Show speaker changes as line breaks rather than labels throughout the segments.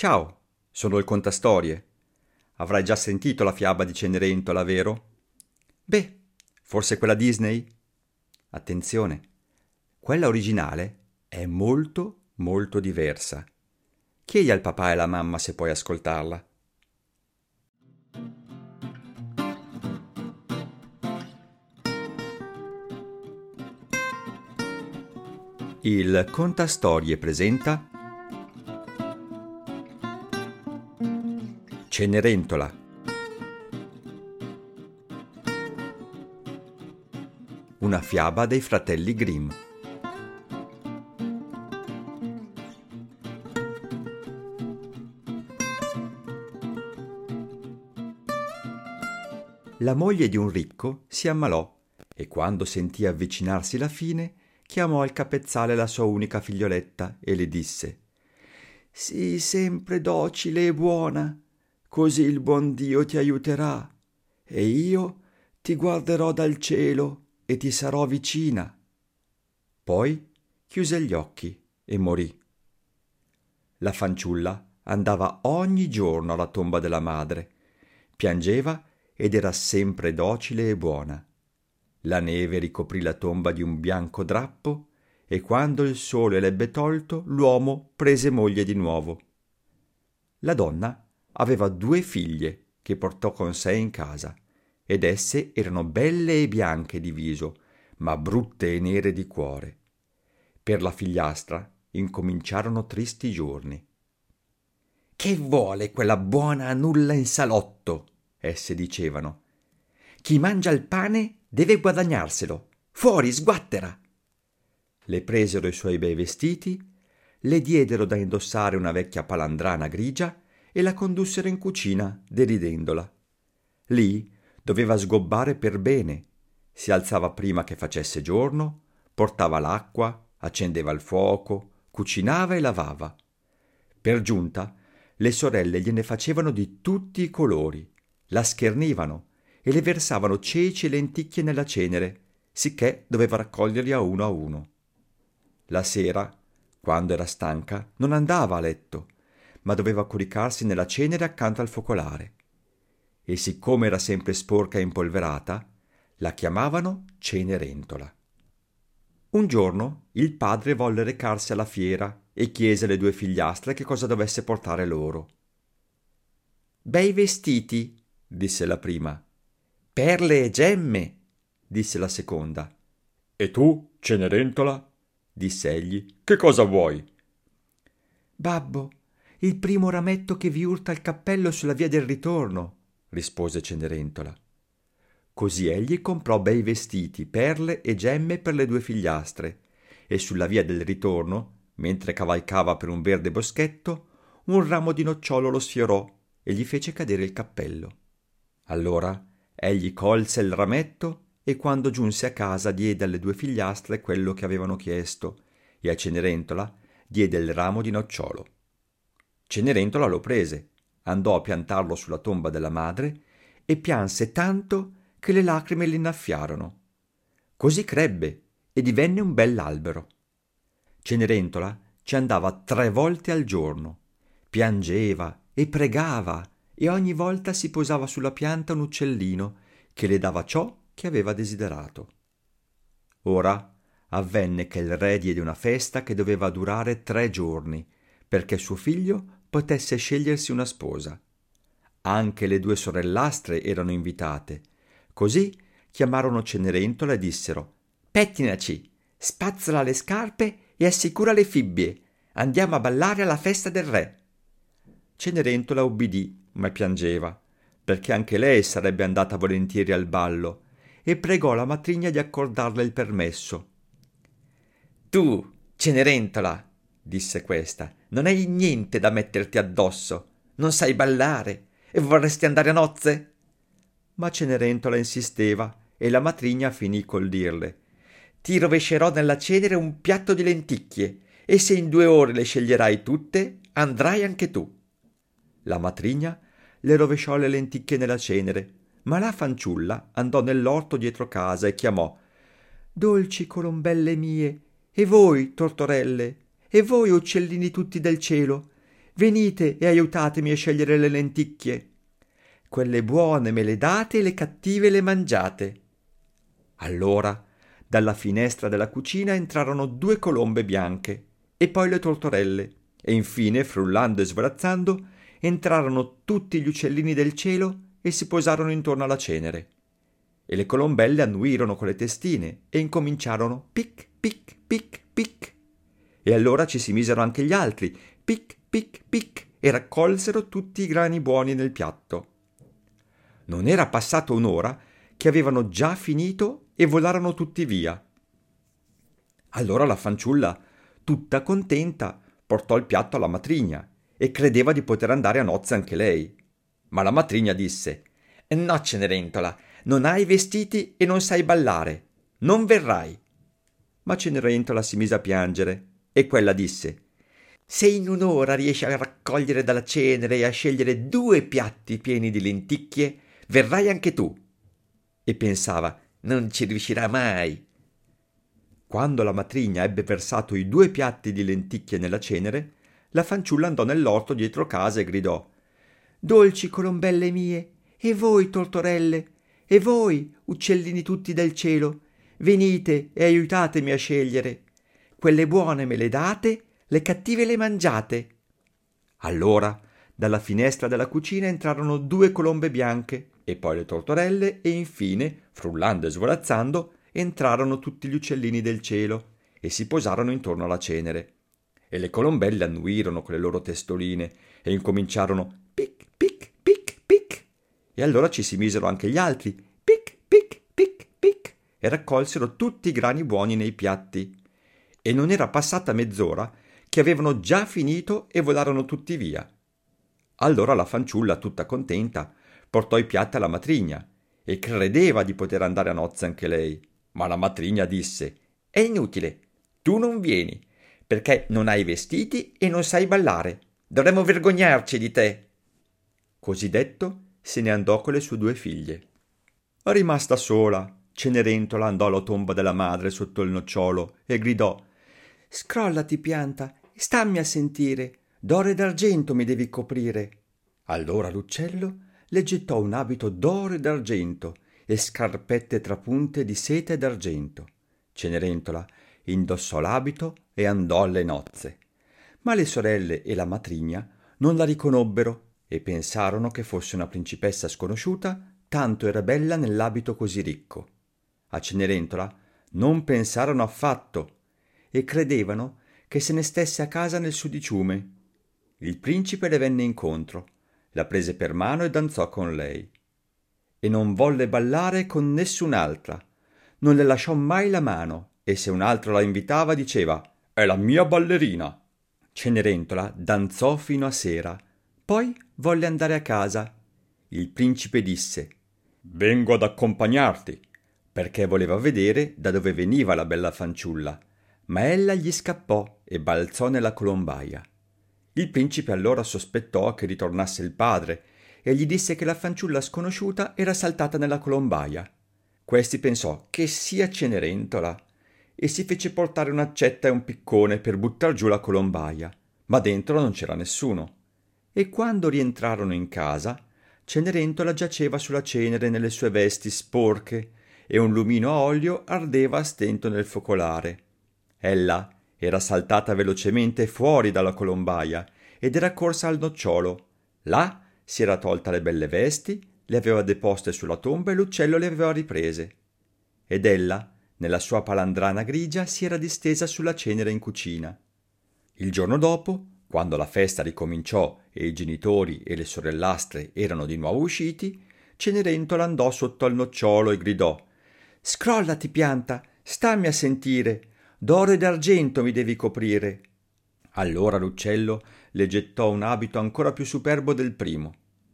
Ciao, sono il Contastorie. Avrai già sentito la fiaba di Cenerentola, vero? Beh, forse quella Disney? Attenzione, quella originale è molto, molto diversa. Chiedi al papà e alla mamma se puoi ascoltarla. Il Contastorie presenta Cenerentola. Una fiaba dei fratelli Grimm. La moglie di un ricco si ammalò e quando sentì avvicinarsi la fine chiamò al capezzale la sua unica figlioletta e le disse: «Sii sempre docile e buona, così il buon Dio ti aiuterà e io ti guarderò dal cielo e ti sarò vicina». Poi chiuse gli occhi e morì. La fanciulla andava ogni giorno alla tomba della madre, piangeva ed era sempre docile e buona. La neve ricoprì la tomba di un bianco drappo e quando il sole l'ebbe tolto, l'uomo prese moglie di nuovo. La donna aveva 2 figlie che portò con sé in casa ed esse erano belle e bianche di viso, ma brutte e nere di cuore. Per la figliastra incominciarono tristi giorni. «Che vuole quella buona a nulla in salotto?» esse dicevano. «Chi mangia il pane deve guadagnarselo. Fuori, sguattera!» Le presero i suoi bei vestiti, le diedero da indossare una vecchia palandrana grigia e la condussero in cucina, deridendola. Lì doveva sgobbare per bene. Si alzava prima che facesse giorno, portava l'acqua, accendeva il fuoco, cucinava e lavava. Per giunta, le sorelle gliene facevano di tutti i colori, la schernivano e le versavano ceci e lenticchie nella cenere, sicché doveva raccoglierli a uno. La sera, quando era stanca, non andava a letto, ma doveva coricarsi nella cenere accanto al focolare. E siccome era sempre sporca e impolverata, la chiamavano Cenerentola. Un giorno il padre volle recarsi alla fiera e chiese alle 2 figliastre che cosa dovesse portare loro. «Bei vestiti», disse la prima. «Perle e gemme», disse la seconda. «E tu, Cenerentola?» disse egli. «Che cosa vuoi?» «Babbo, il primo rametto che vi urta il cappello sulla via del ritorno», rispose Cenerentola. Così egli comprò bei vestiti, perle e gemme per le 2 figliastre, e sulla via del ritorno, mentre cavalcava per un verde boschetto, un ramo di nocciolo lo sfiorò e gli fece cadere il cappello. Allora egli colse il rametto e quando giunse a casa diede alle 2 figliastre quello che avevano chiesto e a Cenerentola diede il ramo di nocciolo. Cenerentola lo prese, andò a piantarlo sulla tomba della madre e pianse tanto che le lacrime le innaffiarono. Così crebbe e divenne un bell'albero. Cenerentola ci andava 3 volte al giorno, piangeva e pregava e ogni volta si posava sulla pianta un uccellino che le dava ciò che aveva desiderato. Ora avvenne che il re diede una festa che doveva durare 3 giorni, perché suo figlio potesse scegliersi una sposa. Anche le 2 sorellastre erano invitate. Così chiamarono Cenerentola e dissero: «Pettinaci, spazzola le scarpe e assicura le fibbie. Andiamo a ballare alla festa del re». Cenerentola ubbidì, ma piangeva, perché anche lei sarebbe andata volentieri al ballo, e pregò la matrigna di accordarle il permesso. «Tu, Cenerentola», disse questa, «non hai niente da metterti addosso, non sai ballare e vorresti andare a nozze?» Ma Cenerentola insisteva e la matrigna finì col dirle: «Ti rovescerò nella cenere un piatto di lenticchie e se in 2 ore le sceglierai tutte, andrai anche tu». La matrigna le rovesciò le lenticchie nella cenere, ma la fanciulla andò nell'orto dietro casa e chiamò: «Dolci colombelle mie, e voi, tortorelle, e voi, uccellini tutti del cielo, venite e aiutatemi a scegliere le lenticchie. Quelle buone me le date e le cattive le mangiate. Allora dalla finestra della cucina entrarono 2 colombe bianche e poi le tortorelle e infine, frullando e svolazzando, entrarono tutti gli uccellini del cielo e si posarono intorno alla cenere. E le colombelle annuirono con le testine e incominciarono pic, pic, pic, pic. E allora ci si misero anche gli altri, pic, pic, pic, e raccolsero tutti i grani buoni nel piatto. Non era passata un'ora che avevano già finito e volarono tutti via. Allora la fanciulla, tutta contenta, portò il piatto alla matrigna e credeva di poter andare a nozze anche lei. Ma la matrigna disse: «No, Cenerentola, non hai vestiti e non sai ballare. Non verrai». Ma Cenerentola si mise a piangere e quella disse: «Se in un'ora riesci a raccogliere dalla cenere e a scegliere 2 piatti pieni di lenticchie, verrai anche tu». E pensava: «Non ci riuscirà mai». Quando la matrigna ebbe versato i 2 piatti di lenticchie nella cenere, la fanciulla andò nell'orto dietro casa e gridò: «Dolci colombelle mie, e voi tortorelle, e voi uccellini tutti del cielo, venite e aiutatemi a scegliere. Quelle buone me le date, le cattive le mangiate». Allora dalla finestra della cucina entrarono 2 colombe bianche e poi le tortorelle e infine, frullando e svolazzando, entrarono tutti gli uccellini del cielo e si posarono intorno alla cenere. E le colombelle annuirono con le loro testoline e incominciarono pic, pic, pic, pic. E allora ci si misero anche gli altri, pic, pic, pic, pic, e raccolsero tutti i grani buoni nei piatti. E non era passata mezz'ora che avevano già finito e volarono tutti via. Allora la fanciulla, tutta contenta, portò i piatti alla matrigna e credeva di poter andare a nozze anche lei. Ma la matrigna disse: «È inutile, tu non vieni, perché non hai vestiti e non sai ballare. Dovremmo vergognarci di te». Così detto, se ne andò con le sue 2 figlie. Rimasta sola, Cenerentola andò alla tomba della madre sotto il nocciolo e gridò: «Scrollati, pianta, e stammi a sentire. D'oro ed argento mi devi coprire». Allora l'uccello le gettò un abito d'oro ed argento e scarpette trapunte di seta ed argento. Cenerentola indossò l'abito e andò alle nozze. Ma le sorelle e la matrigna non la riconobbero e pensarono che fosse una principessa sconosciuta, tanto era bella nell'abito così ricco. A Cenerentola non pensarono affatto e credevano che se ne stesse a casa nel sudiciume. Il principe le venne incontro, la prese per mano e danzò con lei. E non volle ballare con nessun'altra, non le lasciò mai la mano, e se un altro la invitava diceva: «È la mia ballerina». Cenerentola danzò fino a sera, poi volle andare a casa. Il principe disse: «Vengo ad accompagnarti», perché voleva vedere da dove veniva la bella fanciulla, ma ella gli scappò e balzò nella colombaia. Il principe allora sospettò che ritornasse il padre e gli disse che la fanciulla sconosciuta era saltata nella colombaia. Questi pensò che sia Cenerentola e si fece portare un'accetta e un piccone per buttar giù la colombaia, ma dentro non c'era nessuno. E quando rientrarono in casa, Cenerentola giaceva sulla cenere nelle sue vesti sporche e un lumino a olio ardeva a stento nel focolare. Ella era saltata velocemente fuori dalla colombaia ed era corsa al nocciolo. Là si era tolta le belle vesti, le aveva deposte sulla tomba e l'uccello le aveva riprese. Ed ella, nella sua palandrana grigia, si era distesa sulla cenere in cucina. Il giorno dopo, quando la festa ricominciò e i genitori e le sorellastre erano di nuovo usciti, Cenerentola andò sotto al nocciolo e gridò: «Scrollati, pianta, stammi a sentire, d'oro ed argento mi devi coprire». Allora l'uccello le gettò un abito ancora più superbo del primo,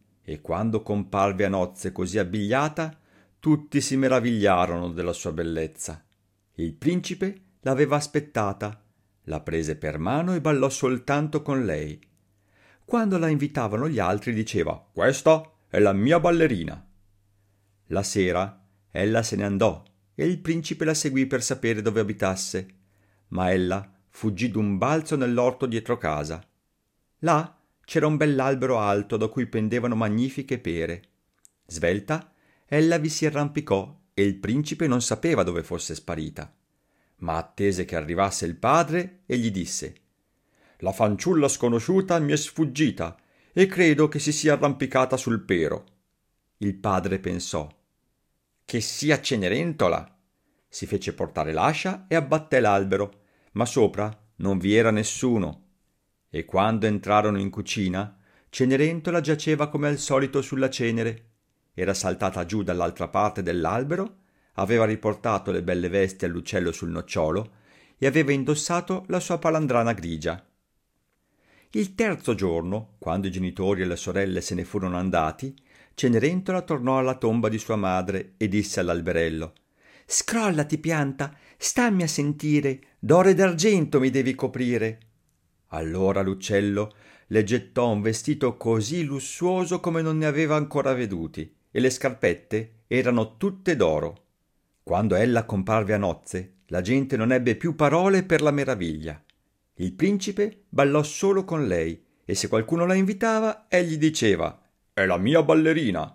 e quando comparve a nozze così abbigliata, tutti si meravigliarono della sua bellezza. Il principe l'aveva aspettata, la prese per mano e ballò soltanto con lei. Quando la invitavano gli altri diceva: «Questa è la mia ballerina». La sera ella se ne andò e il principe la seguì per sapere dove abitasse, ma ella fuggì d'un balzo nell'orto dietro casa. Là c'era un bell'albero alto da cui pendevano magnifiche pere. Svelta, ella vi si arrampicò e il principe non sapeva dove fosse sparita. Ma attese che arrivasse il padre e gli disse: «La fanciulla sconosciuta mi è sfuggita e credo che si sia arrampicata sul pero». Il padre pensò: «Che sia Cenerentola!» Si fece portare l'ascia e abbatté l'albero, ma sopra non vi era nessuno. E quando entrarono in cucina, Cenerentola giaceva come al solito sulla cenere. Era saltata giù dall'altra parte dell'albero, aveva riportato le belle vesti all'uccello sul nocciolo e aveva indossato la sua palandrana grigia. Il terzo giorno, quando i genitori e le sorelle se ne furono andati, Cenerentola tornò alla tomba di sua madre e disse all'alberello: «Scrollati, pianta, stammi a sentire, d'oro e d'argento mi devi coprire». Allora l'uccello le gettò un vestito così lussuoso come non ne aveva ancora veduti, e le scarpette erano tutte d'oro. Quando ella comparve a nozze, la gente non ebbe più parole per la meraviglia. Il principe ballò solo con lei, e se qualcuno la invitava, egli diceva: «È la mia ballerina».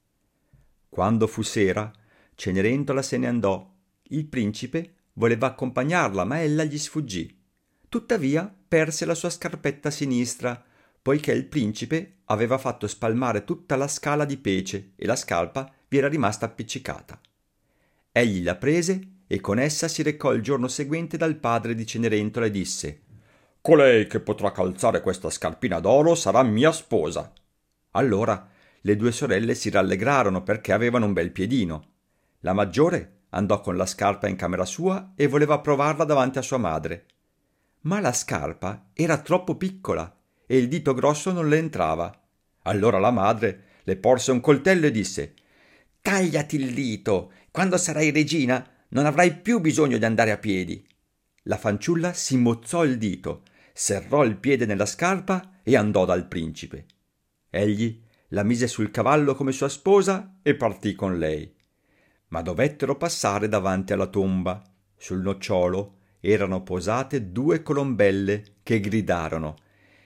Quando fu sera, Cenerentola se ne andò. Il principe voleva accompagnarla, ma ella gli sfuggì. Tuttavia perse la sua scarpetta sinistra, poiché il principe aveva fatto spalmare tutta la scala di pece e la scarpa vi era rimasta appiccicata. Egli la prese e con essa si recò il giorno seguente dal padre di Cenerentola e disse: «Colei che potrà calzare questa scarpina d'oro sarà mia sposa». Allora le due sorelle si rallegrarono perché avevano un bel piedino. La maggiore andò con la scarpa in camera sua e voleva provarla davanti a sua madre. Ma la scarpa era troppo piccola e il dito grosso non le entrava. Allora la madre le porse un coltello e disse: «Tagliati il dito, quando sarai regina non avrai più bisogno di andare a piedi». La fanciulla si mozzò il dito, serrò il piede nella scarpa e andò dal principe. Egli la mise sul cavallo come sua sposa e partì con lei. Ma dovettero passare davanti alla tomba. Sul nocciolo erano posate due colombelle che gridarono: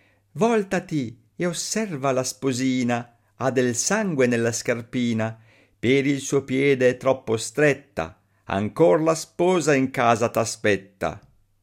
«Voltati e osserva la sposina, ha del sangue nella scarpina, per il suo piede è troppo stretta, ancor la sposa in casa t'aspetta».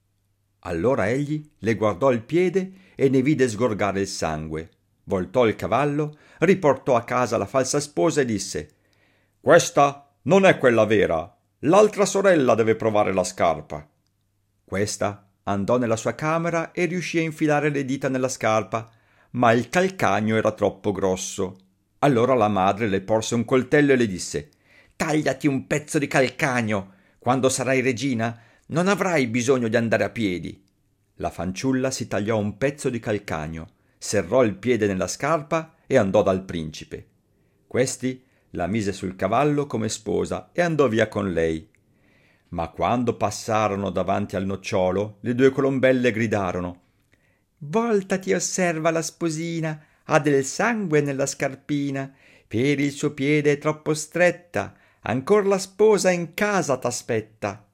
Allora egli le guardò il piede e ne vide sgorgare il sangue. Voltò il cavallo, riportò a casa la falsa sposa e disse: «Questa non è quella vera, l'altra sorella deve provare la scarpa». Questa andò nella sua camera e riuscì a infilare le dita nella scarpa, ma il calcagno era troppo grosso. Allora la madre le porse un coltello e le disse: «Tagliati un pezzo di calcagno, quando sarai regina non avrai bisogno di andare a piedi». La fanciulla si tagliò un pezzo di calcagno, serrò il piede nella scarpa e andò dal principe. Questi la mise sul cavallo come sposa e andò via con lei. Ma quando passarono davanti al nocciolo, le due colombelle gridarono: «Voltati e osserva la sposina, ha del sangue nella scarpina, per il suo piede è troppo stretta, ancor la sposa in casa t'aspetta».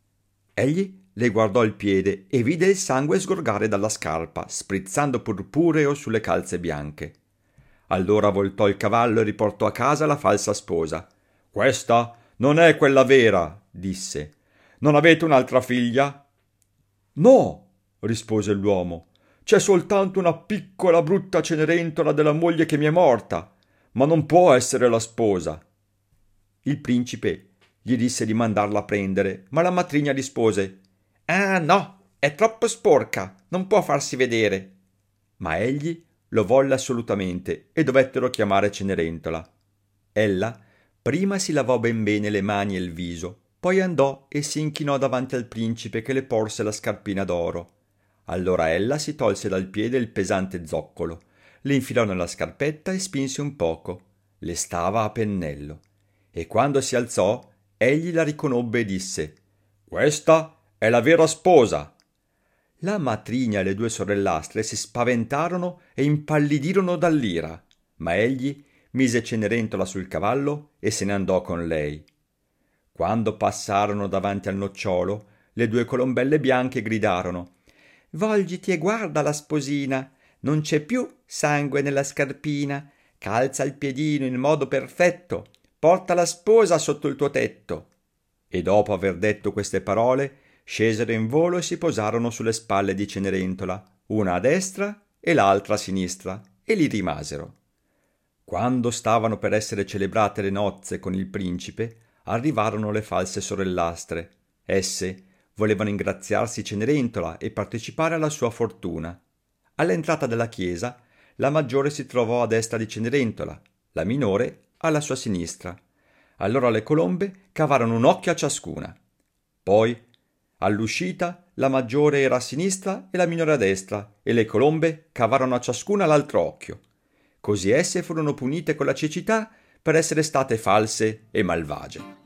Egli le guardò il piede e vide il sangue sgorgare dalla scarpa, sprizzando purpureo sulle calze bianche. Allora voltò il cavallo e riportò a casa la falsa sposa. «Questa non è quella vera», disse. «Non avete un'altra figlia?» «No», rispose l'uomo, «c'è soltanto una piccola brutta Cenerentola della moglie che mi è morta, ma non può essere la sposa». Il principe gli disse di mandarla a prendere, ma la matrigna rispose: «Ah no, è troppo sporca, non può farsi vedere». Ma egli lo volle assolutamente e dovettero chiamare Cenerentola. Ella prima si lavò ben bene le mani e il viso, poi andò e si inchinò davanti al principe che le porse la scarpina d'oro. Allora ella si tolse dal piede il pesante zoccolo, le infilò nella scarpetta e spinse un poco. Le stava a pennello. E quando si alzò, egli la riconobbe e disse: «Questa è la vera sposa». La matrigna e le due sorellastre si spaventarono e impallidirono dall'ira, ma egli mise Cenerentola sul cavallo e se ne andò con lei. Quando passarono davanti al nocciolo, le due colombelle bianche gridarono: «Volgiti e guarda la sposina, non c'è più sangue nella scarpina, calza il piedino in modo perfetto, porta la sposa sotto il tuo tetto. E dopo aver detto queste parole, scesero in volo e si posarono sulle spalle di Cenerentola, una a destra e l'altra a sinistra, e li rimasero. Quando stavano per essere celebrate le nozze con il principe, arrivarono le false sorellastre. Esse volevano ingraziarsi Cenerentola e partecipare alla sua fortuna. All'entrata della chiesa, la maggiore si trovò a destra di Cenerentola, la minore alla sua sinistra. Allora le colombe cavarono un occhio a ciascuna. Poi, all'uscita, la maggiore era a sinistra e la minore a destra, e le colombe cavarono a ciascuna l'altro occhio. Così esse furono punite con la cecità per essere state false e malvagie.